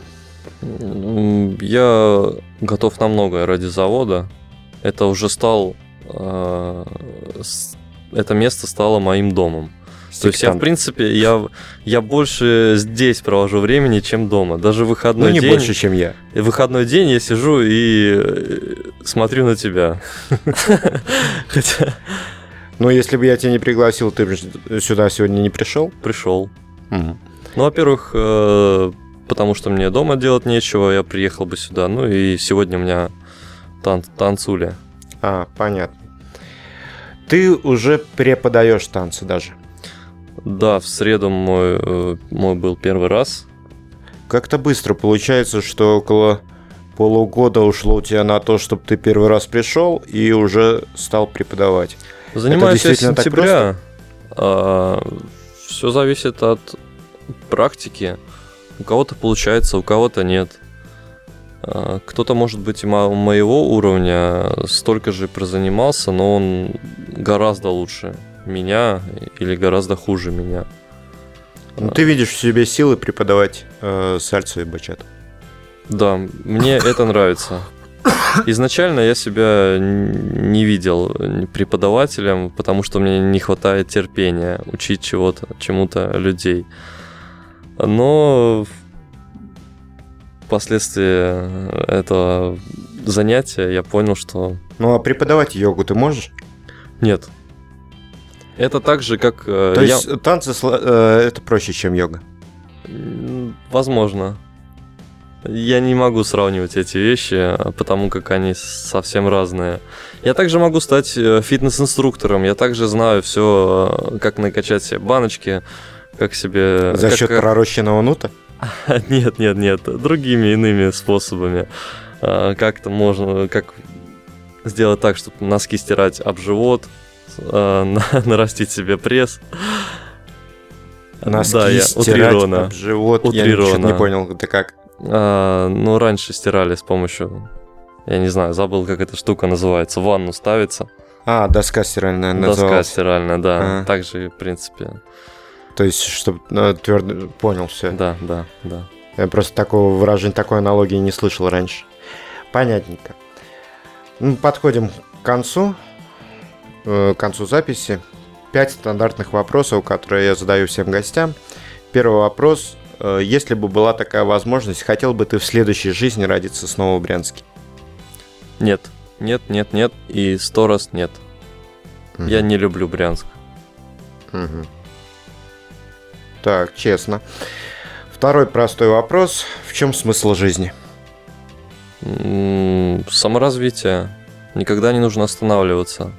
Я готов на многое ради завода. Это уже стал... Э, с, это место стало моим домом. Сектант. То есть я, в принципе, я, я больше здесь провожу времени, чем дома. Даже выходной ну, не день... больше, чем я. И выходной день я сижу и смотрю на тебя. Хотя... Ну, если бы я тебя не пригласил, ты бы сюда сегодня не пришел? Пришел. Угу. Ну, во-первых, э, потому что мне дома делать нечего, я приехал бы сюда. Ну и сегодня у меня тан- танцуля. А, понятно. Ты уже преподаешь танцы даже? Да, в среду мой, э, мой был первый раз. Как-то быстро получается, что около полугода ушло у тебя на то, чтобы ты первый раз пришел и уже стал преподавать. Занимаюсь я с действительно так сентября. А, все зависит от практики. У кого-то получается, у кого-то нет. А, кто-то, может быть, и мо- моего уровня столько же прозанимался, но он гораздо лучше меня или гораздо хуже меня. Ну, ты видишь в себе силы преподавать э, сальсу и бачату. Да, мне это нравится. Изначально я себя н- не видел преподавателем, потому что мне не хватает терпения учить чего-то, чему-то людей. Но впоследствии этого занятия я понял, что Ну, а преподавать йогу ты можешь? нет. Это так же, как... э, То я- есть танцы сла- э, это проще, чем йога? М, Возможно. Я не могу сравнивать эти вещи, потому как они совсем разные. Я также могу стать э, фитнес-инструктором. Я также знаю все, как накачать себе баночки, как себе... За как- счет как- пророщенного нута? Нет, нет, нет. Другими иными способами. А, Как-то можно... Как сделать так, чтобы носки стирать об живот, а, на- нарастить себе пресс. Носки Да, я стирать утрированно. об живот. Я что-то Утрированно. не понял, это как? А, ну, раньше стирали с помощью, я не знаю, забыл, как эта штука называется, в ванну ставится. А, доска стиральная Доска называлась. стиральная, да. А. Так же, в принципе. То есть, чтобы твердо... Понял все. Да, да, да. Я просто такого выражения, такой аналогии не слышал раньше. Понятненько. Ну, подходим к концу, э, к концу записи. Пять стандартных вопросов, которые я задаю всем гостям. Первый вопрос. Э, Если бы была такая возможность, хотел бы ты в следующей жизни родиться снова в Брянске? Нет, нет, нет, нет и сто раз нет. Мгм. Я не люблю Брянск. Мгм. Так, честно. Второй простой вопрос. В чем смысл жизни? М, Саморазвитие. Никогда не нужно останавливаться.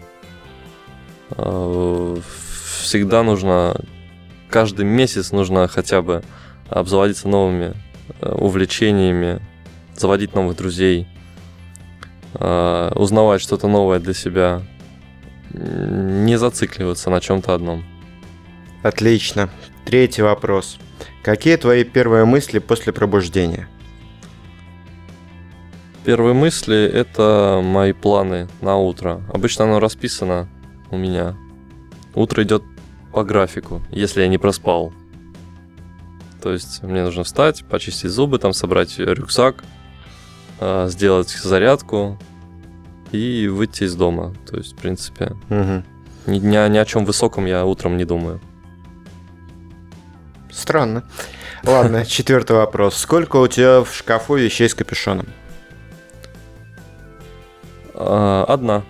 А, Всегда нужно, каждый месяц нужно хотя бы обзаводиться новыми увлечениями, заводить новых друзей, узнавать что-то новое для себя, не зацикливаться на чем-то одном. Отлично. Третий вопрос. Какие твои первые мысли после пробуждения? Первые мысли – это мои планы на утро. Обычно оно расписано у меня. Утро идет по графику, если я не проспал. То есть мне нужно встать, почистить зубы, там собрать рюкзак, сделать зарядку и выйти из дома. То есть, в принципе, угу. ни, ни, ни о чем высоком я утром не думаю. Странно. Ладно, четвертый вопрос. Сколько у тебя в шкафу вещей с капюшоном? Одна.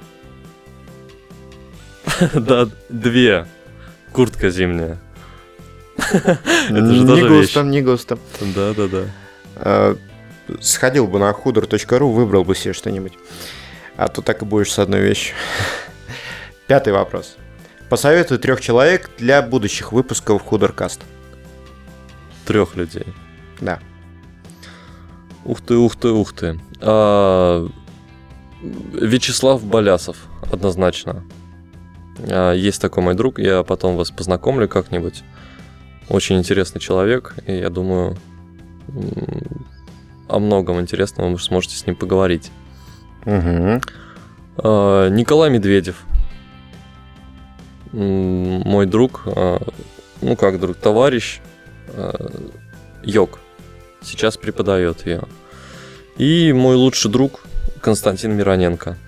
Да, две. Куртка зимняя. Это же тоже вещь. Не густо, не густо. Да-да-да. Сходил бы на худер точка ру, выбрал бы себе что-нибудь. А то так и будешь с одной вещью. Пятый вопрос. Посоветуй трех человек для будущих выпусков Худеркаст. Трех людей? Да. Ух ты, ух ты, ух ты. А, Вячеслав Болясов, однозначно. А, есть такой мой друг, я потом вас познакомлю как-нибудь. Очень интересный человек, и я думаю, о многом интересном вы сможете с ним поговорить. Угу. А, Николай Медведев. Мой друг, ну как друг, товарищ, йог. Сейчас преподает ее. И мой лучший друг Константин Мироненко.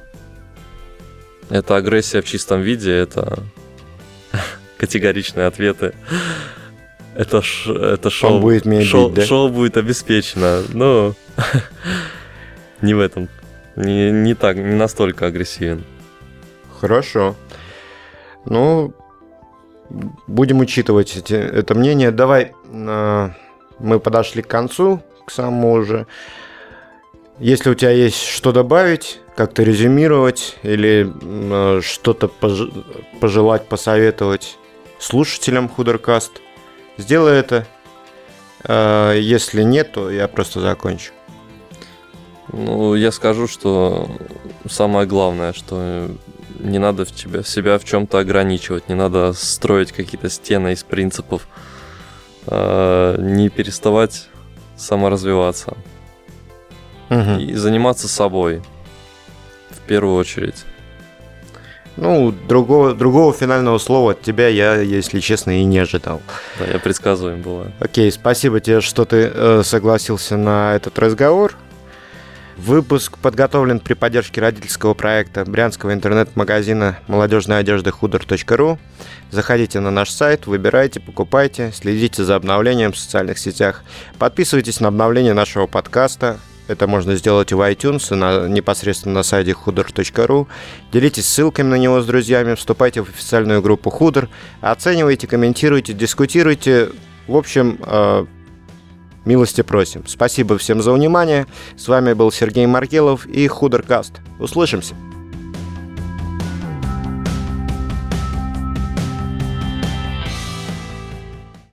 Это агрессия в чистом виде, это категоричные ответы. Это, ш, это шоу, будет шоу, бить, да? шоу будет обеспечено. Но не в этом. Не, не так, не настолько агрессивен. Хорошо. Ну, будем учитывать эти, это мнение. Давай, э, мы подошли к концу, к самому уже. Если у тебя есть что добавить, как-то резюмировать или э, что-то пож- пожелать, посоветовать слушателям Худеркаст, сделай это. Э, если нет, то я просто закончу. Ну, я скажу, что самое главное, что не надо в тебя, себя в чем-то ограничивать, не надо строить какие-то стены из принципов, э, не переставать саморазвиваться Угу. и заниматься собой в первую очередь. Ну, другого, другого финального слова от тебя я, если честно, и не ожидал. Да, я предсказуем бываю. Окей, спасибо тебе, что ты э, согласился на этот разговор. Выпуск подготовлен при поддержке родительского проекта брянского интернет-магазина молодежной одежды худер точка ру. Заходите на наш сайт, выбирайте, покупайте, следите за обновлением в социальных сетях. Подписывайтесь на обновление нашего подкаста. Это можно сделать в iTunes и на, непосредственно на сайте худер точка ру. Делитесь ссылками на него с друзьями, вступайте в официальную группу Худер, оценивайте, комментируйте, дискутируйте. В общем, э, милости просим. Спасибо всем за внимание. С вами был Сергей Маргелов и Худеркаст. Услышимся!